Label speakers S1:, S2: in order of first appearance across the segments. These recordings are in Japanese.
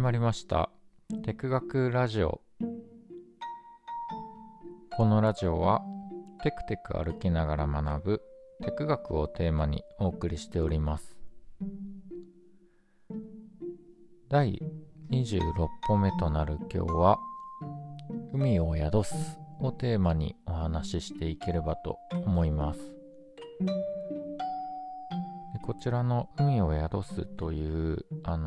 S1: まりましたテク学ラジオ。このラジオはテクテク歩きながら学ぶテク学をテーマにお送りしております。第26歩目となる今日は海を宿すをテーマにお話ししていければと思います。でこちらの海を宿すという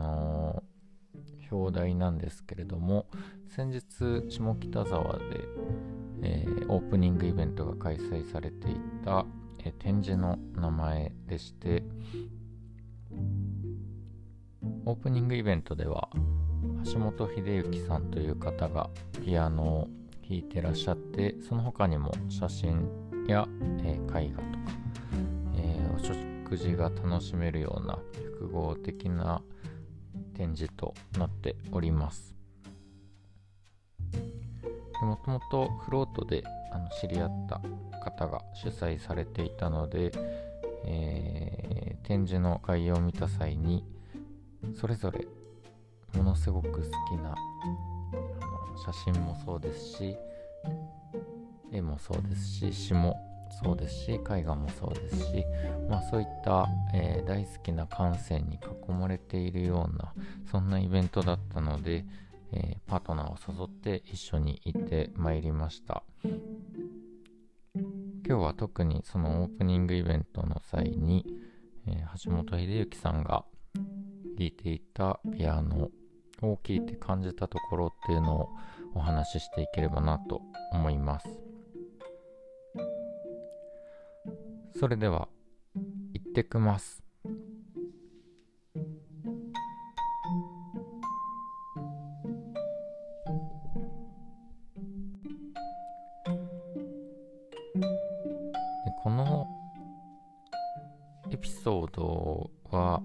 S1: 表題なんですけれども、先日下北沢で、オープニングイベントが開催されていた、展示の名前でして、オープニングイベントでは橋本秀幸さんという方がピアノを弾いてらっしゃって、その他にも写真や、絵画とか、お食事が楽しめるような複合的な展示となっております。もともとフロートで知り合った方が主催されていたので、展示の概要を見た際にそれぞれものすごく好きな写真もそうですし、絵もそうですし、詩もそうですし、絵画もそうですし、そういった、大好きな感性に囲まれているようなそんなイベントだったので、パートナーを誘って一緒に行ってまいりました。今日は特にそのオープニングイベントの際に、橋本秀幸さんが弾いていたピアノを聴いて感じたところっていうのをお話ししていければなと思います。それでは行ってきます。でこのエピソードは、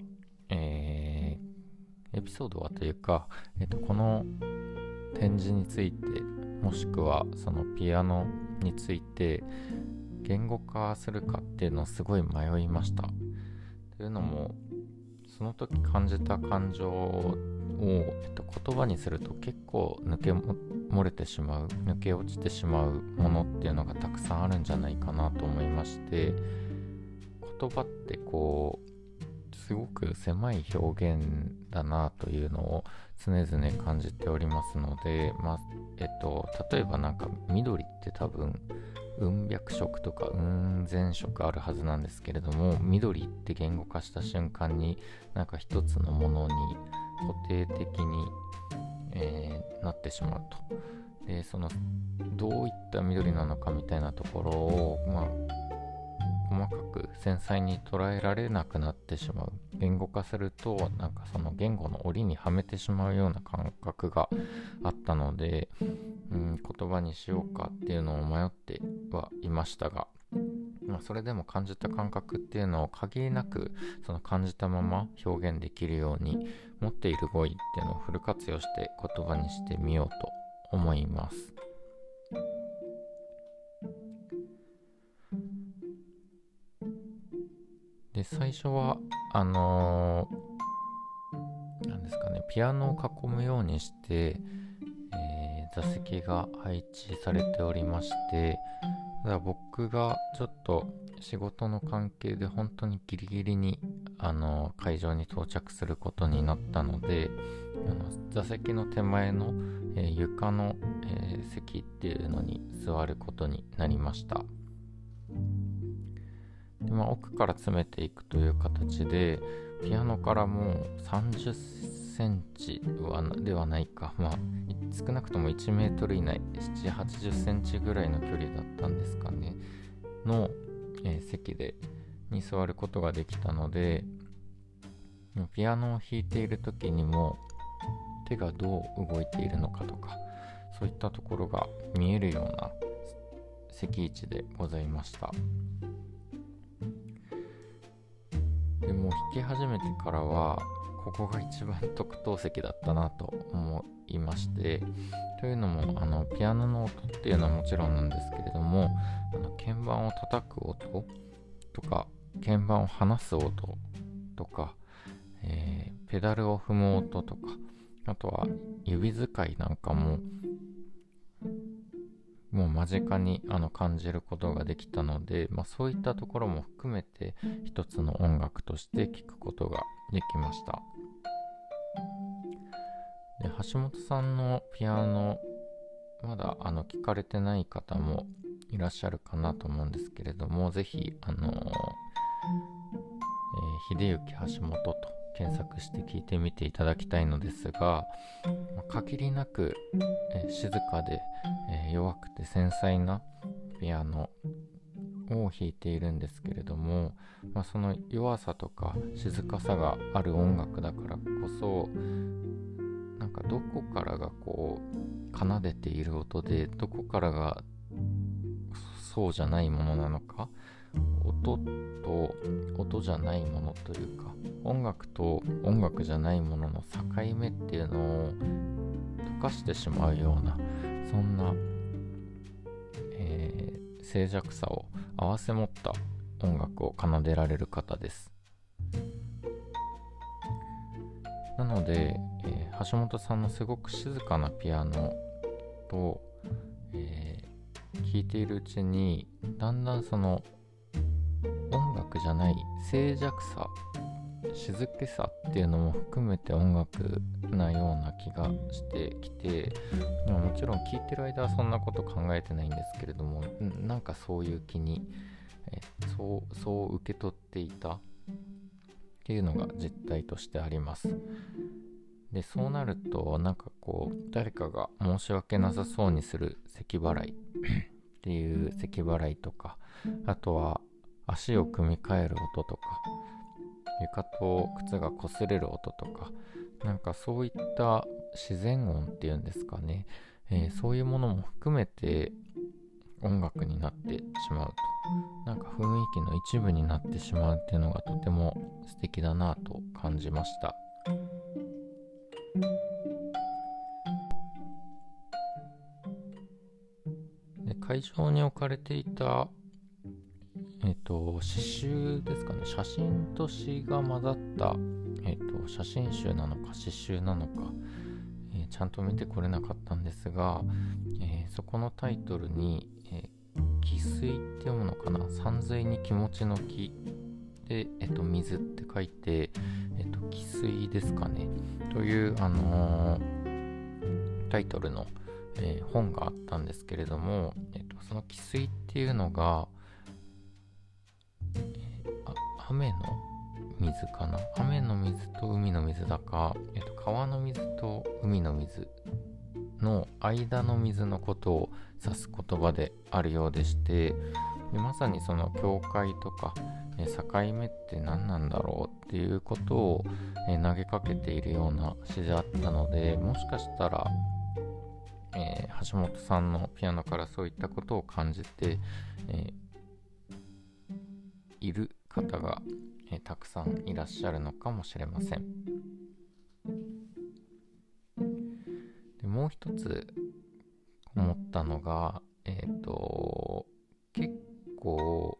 S1: というか、この展示について、もしくはそのピアノについて言語化するかっていうのをすごい迷いました。というのも、その時感じた感情を、言葉にすると結構抜け落ちてしまうものっていうのがたくさんあるんじゃないかなと思いまして、言葉ってすごく狭い表現だなというのを常々感じておりますので、例えば緑って多分雲百色とか雲千色あるはずなんですけれども、緑って言語化した瞬間に一つのものに固定的に、なってしまうと。でそのどういった緑なのかみたいなところを、細かく繊細に捉えられなくなってしまう。言語化するとその言語の檻にはめてしまうような感覚があったので、言葉にしようかっていうのを迷ってはいましたが、それでも感じた感覚っていうのを限りなくその感じたまま表現できるように、持っている語彙っていうのをフル活用して言葉にしてみようと思います。で最初はピアノを囲むようにして、座席が配置されておりまして、ただ僕がちょっと仕事の関係で本当にギリギリに会場に到着することになったので、座席の手前の、床の、席っていうのに座ることになりました。で奥から詰めていくという形で、ピアノからもう30センチではないか、少なくとも1メートル以内、7、80センチぐらいの距離だったんですかねの、席に座ることができたので、ピアノを弾いている時にも手がどう動いているのかとか、そういったところが見えるような席位置でございました。でも弾き始めてからはここが一番特等席だったなと思いまして、というのもピアノの音っていうのはもちろんなんですけれども、鍵盤を叩く音とか鍵盤を離す音とか、ペダルを踏む音とか、 あとは指使いなんかももう間近に感じることができたので、そういったところも含めて一つの音楽として聴くことができました。で、橋本さんのピアノまだ聞かれてない方もいらっしゃるかなと思うんですけれども、ぜひ秀幸橋本と検索して聴いてみていただきたいのですが、限りなく、静かで、弱くて繊細なピアノを弾いているんですけれども、その弱さとか静かさがある音楽だからこそ、なんかどこからがこう奏でている音で、どこからがそうじゃないものなのか、音と音じゃないものというか、音楽と音楽じゃないものの境目っていうのを溶かしてしまうような、そんな、静寂さを併せ持った音楽を奏でられる方です。なので、橋本さんのすごく静かなピアノと、聴いているうちにだんだんその音楽じゃない静寂さ、静けさっていうのも含めて音楽なような気がしてきて、もちろん聴いてる間はそんなこと考えてないんですけれども、なんかそういう気に、そう受け取っていたっていうのが実態としてあります。で、そうなるとなんかこう誰かが申し訳なさそうにする咳払いっていう咳払いとか、あとは足を組み替える音とか、床と靴が擦れる音とか、なんかそういった自然音っていうんですかね、そういうものも含めて音楽になってしまうと、なんか雰囲気の一部になってしまうっていうのがとても素敵だなと感じました。で、会場に置かれていた詩集ですかね、写真と詩が混ざった、写真集なのか詩集なのか、ちゃんと見てこれなかったんですが、そこのタイトルに、気水って読むのかな、山水に気持ちの気で、水って書いて、気水ですかねという、タイトルの、本があったんですけれども、その気水っていうのが雨の水かな、雨の水と海の水だか、川の水と海の水の間の水のことを指す言葉であるようでして、でまさにその境界とか、境目って何なんだろうっていうことを、投げかけているような詩であったので、もしかしたら、橋本さんのピアノからそういったことを感じて、いる方が、たくさんいらっしゃるのかもしれません。で、もう一つ思ったのが、結構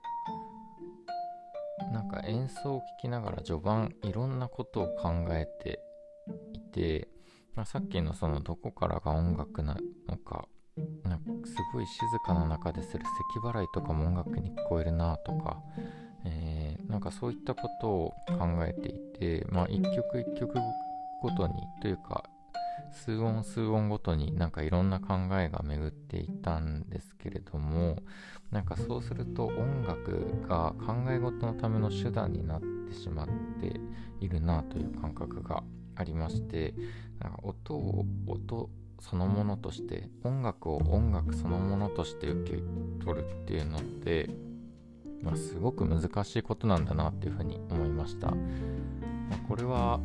S1: なんか演奏を聴きながら序盤いろんなことを考えていて、さっきのそのどこからが音楽なのか、なんかすごい静かな中でする咳払いとかも音楽に聞こえるなとか、なんかそういったことを考えていて、一曲一曲ごとにというか数音数音ごとになんかいろんな考えが巡っていたんですけれども、なんかそうすると音楽が考え事のための手段になってしまっているなという感覚がありまして、なんか音を音そのものとして、音楽を音楽そのものとして受け取るっていうのって、すごく難しいことなんだなっていうふうに思いました。これは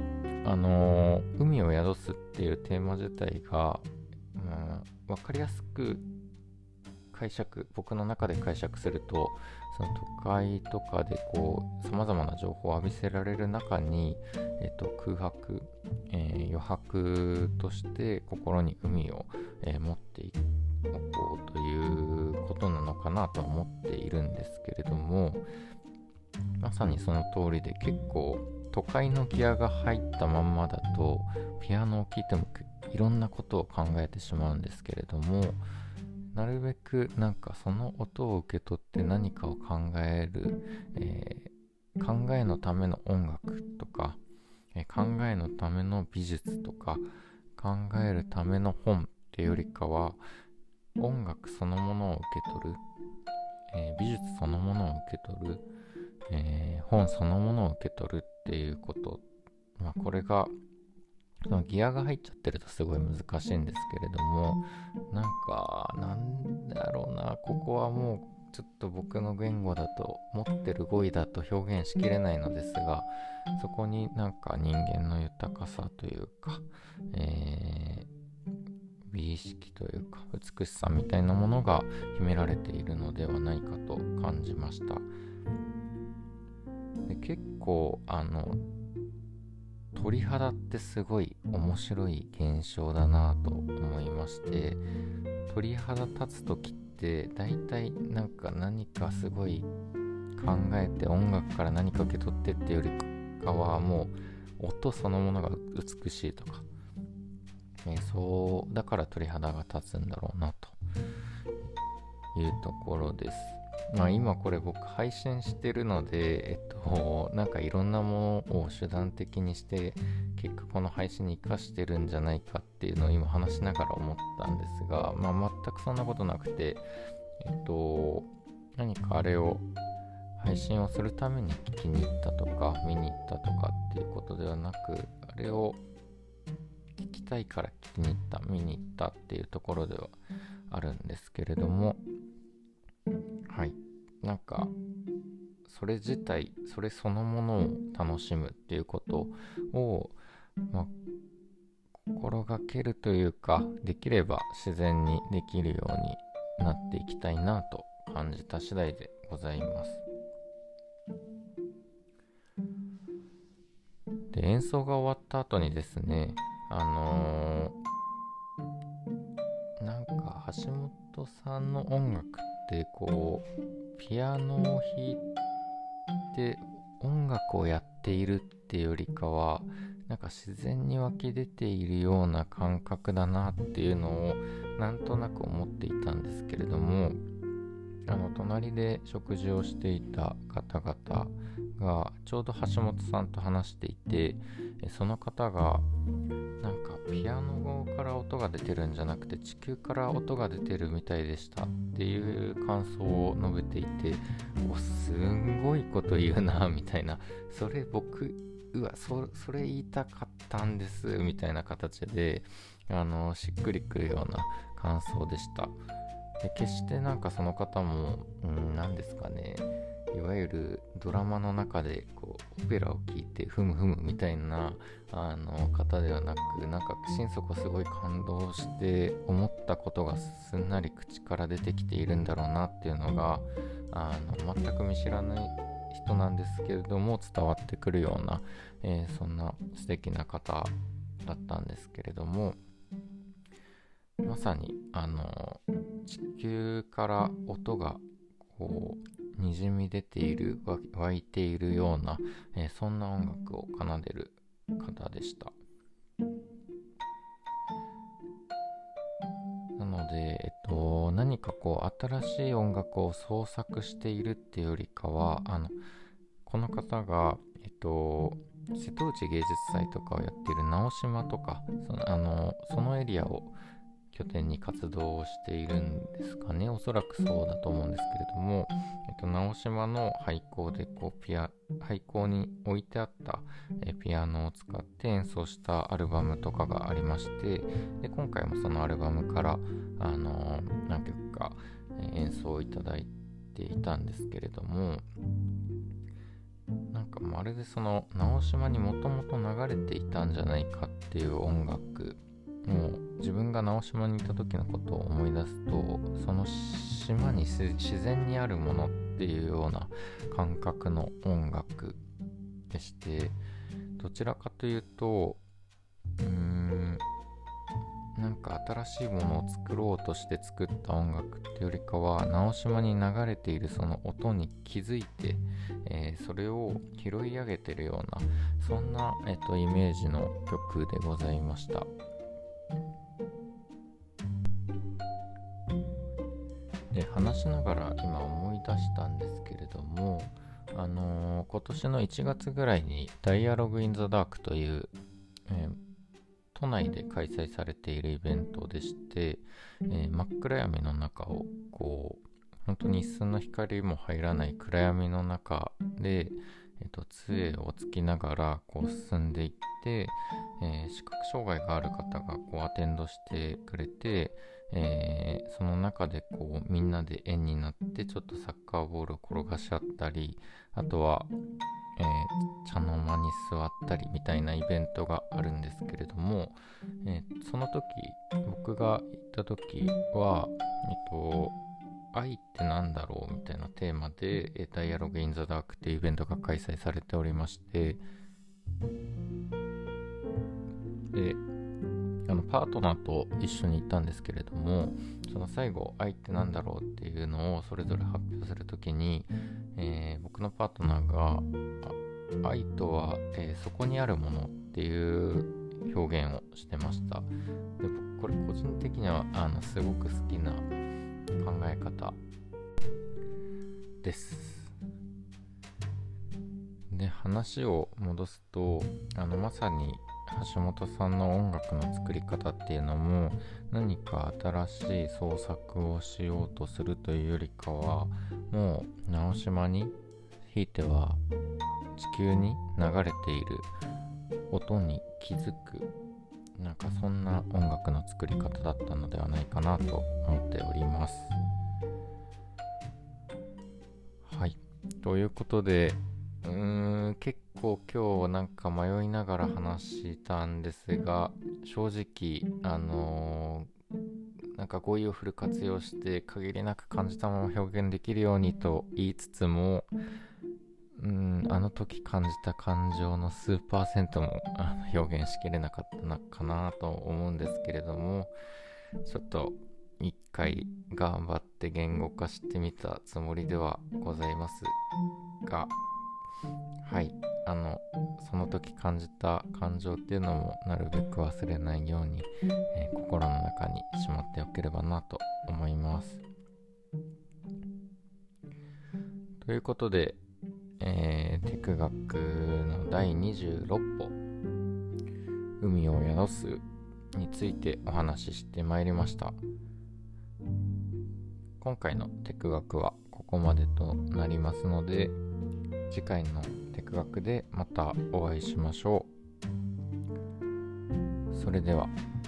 S1: 海を宿すっていうテーマ自体が、分かりやすく僕の中で解釈すると、その都会とかでこう様々な情報を浴びせられる中に、空白、余白として心に海を、持っておこうということなのかなとは思っているんですけれども、まさにその通りで、結構都会のギアが入ったまんまだとピアノを聴いてもいろんなことを考えてしまうんですけれども、なるべくなんかその音を受け取って何かを考える、考えのための音楽とか、考えのための美術とか、考えるための本っていうよりかは、音楽そのものを受け取る、美術そのものを受け取る、本そのものを受け取るっていうこと、これがギアが入っちゃってるとすごい難しいんですけれども、なんだろうな、ここはもうちょっと僕の言語だと、持ってる語彙だと表現しきれないのですが、そこになんか人間の豊かさというか、美意識というか美しさみたいなものが秘められているのではないかと感じました。で、結構鳥肌ってすごい面白い現象だなと思いまして、鳥肌立つ時って大体何かすごい考えて音楽から何か受け取ってっていうよりかは、もう音そのものが美しいとか、そうだから鳥肌が立つんだろうなというところです。今これ僕配信してるので、いろんなものを手段的にして結果この配信に活かしてるんじゃないかっていうのを今話しながら思ったんですが、全くそんなことなくて、何かあれを配信をするために聞きに行ったとか見に行ったとかっていうことではなく、あれを聞きたいから聞きに行った、見に行ったっていうところではあるんですけれども、はい、それ自体、それそのものを楽しむっていうことを、心がけるというか、できれば自然にできるようになっていきたいなと感じた次第でございます。で、演奏が終わった後にですね、橋本さんの音楽ってピアノを弾いて音楽をやっているっていうよりかは、自然に湧き出ているような感覚だなっていうのをなんとなく思っていたんですけれども、隣で食事をしていた方々がちょうど橋本さんと話していて、その方がピアノから音が出てるんじゃなくて地球から音が出てるみたいでしたっていう感想を述べていて、すんごいこと言うなみたいな、それ僕それ言いたかったんですみたいな形でしっくりくるような感想でした。で、決してその方も何ですかね、いわゆるドラマの中でオペラを聴いてふむふむみたいな方ではなく、心底すごい感動して思ったことがすんなり口から出てきているんだろうなっていうのが全く見知らない人なんですけれども伝わってくるような、そんな素敵な方だったんですけれども、まさに地球から音がにじみ出ている、湧いているような、そんな音楽を奏でる方でした。なので、何か新しい音楽を創作しているっていうよりかは、この方が、瀬戸内芸術祭とかをやっている直島とか、そのエリアを拠点に活動をしているんですかね。おそらくそうだと思うんですけれども、直島の廃校で廃校に置いてあった、ピアノを使って演奏したアルバムとかがありまして、で今回もそのアルバムから、何曲か、演奏をいただいていたんですけれども、まるでその直島にもともと流れていたんじゃないかっていう音楽、もう自分が直島にいた時のことを思い出すと、その島に自然にあるものっていうような感覚の音楽でして、どちらかというとなんか新しいものを作ろうとして作った音楽ってよりかは、直島に流れているその音に気づいて、それを拾い上げてるような、そんな、イメージの曲でございました。で、話しながら今思い出したんですけれども、今年の1月ぐらいにダイアログインザダークという、都内で開催されているイベントでして、真っ暗闇の中を本当に一寸の光も入らない暗闇の中で、杖をつきながら進んでいって、視覚障害がある方がアテンドしてくれて、その中でみんなで円になってちょっとサッカーボールを転がし合ったり、あとは、茶の間に座ったりみたいなイベントがあるんですけれども、その時僕が行った時は、愛ってなんだろうみたいなテーマで、ダイアログインザダークっていうイベントが開催されておりまして、でパートナーと一緒に行ったんですけれども、その最後愛ってなんだろうっていうのをそれぞれ発表するときに、僕のパートナーが愛とは、そこにあるものっていう表現をしてました。で、僕これ個人的にはすごく好きな考え方です。で、話を戻すと、まさに橋本さんの音楽の作り方っていうのも、何か新しい創作をしようとするというよりかは、もう直島に、ひいては地球に流れている音に気づく、なんかそんな音楽の作り方だったのではないかなと思っております。はい、ということで、結構今日なんか迷いながら話したんですが、正直なんか語彙をフル活用して限りなく感じたまま表現できるようにと言いつつも、あの時感じた感情の数%も表現しきれなかったのかなと思うんですけれども、ちょっと一回頑張って言語化してみたつもりではございますが、はい、その時感じた感情っていうのもなるべく忘れないように、心の中にしまっておければなと思います。ということで、テク学の第26歩、海を宿すについてお話ししてまいりました。今回のテク学はここまでとなりますので、次回のテク学でまたお会いしましょう。それでは。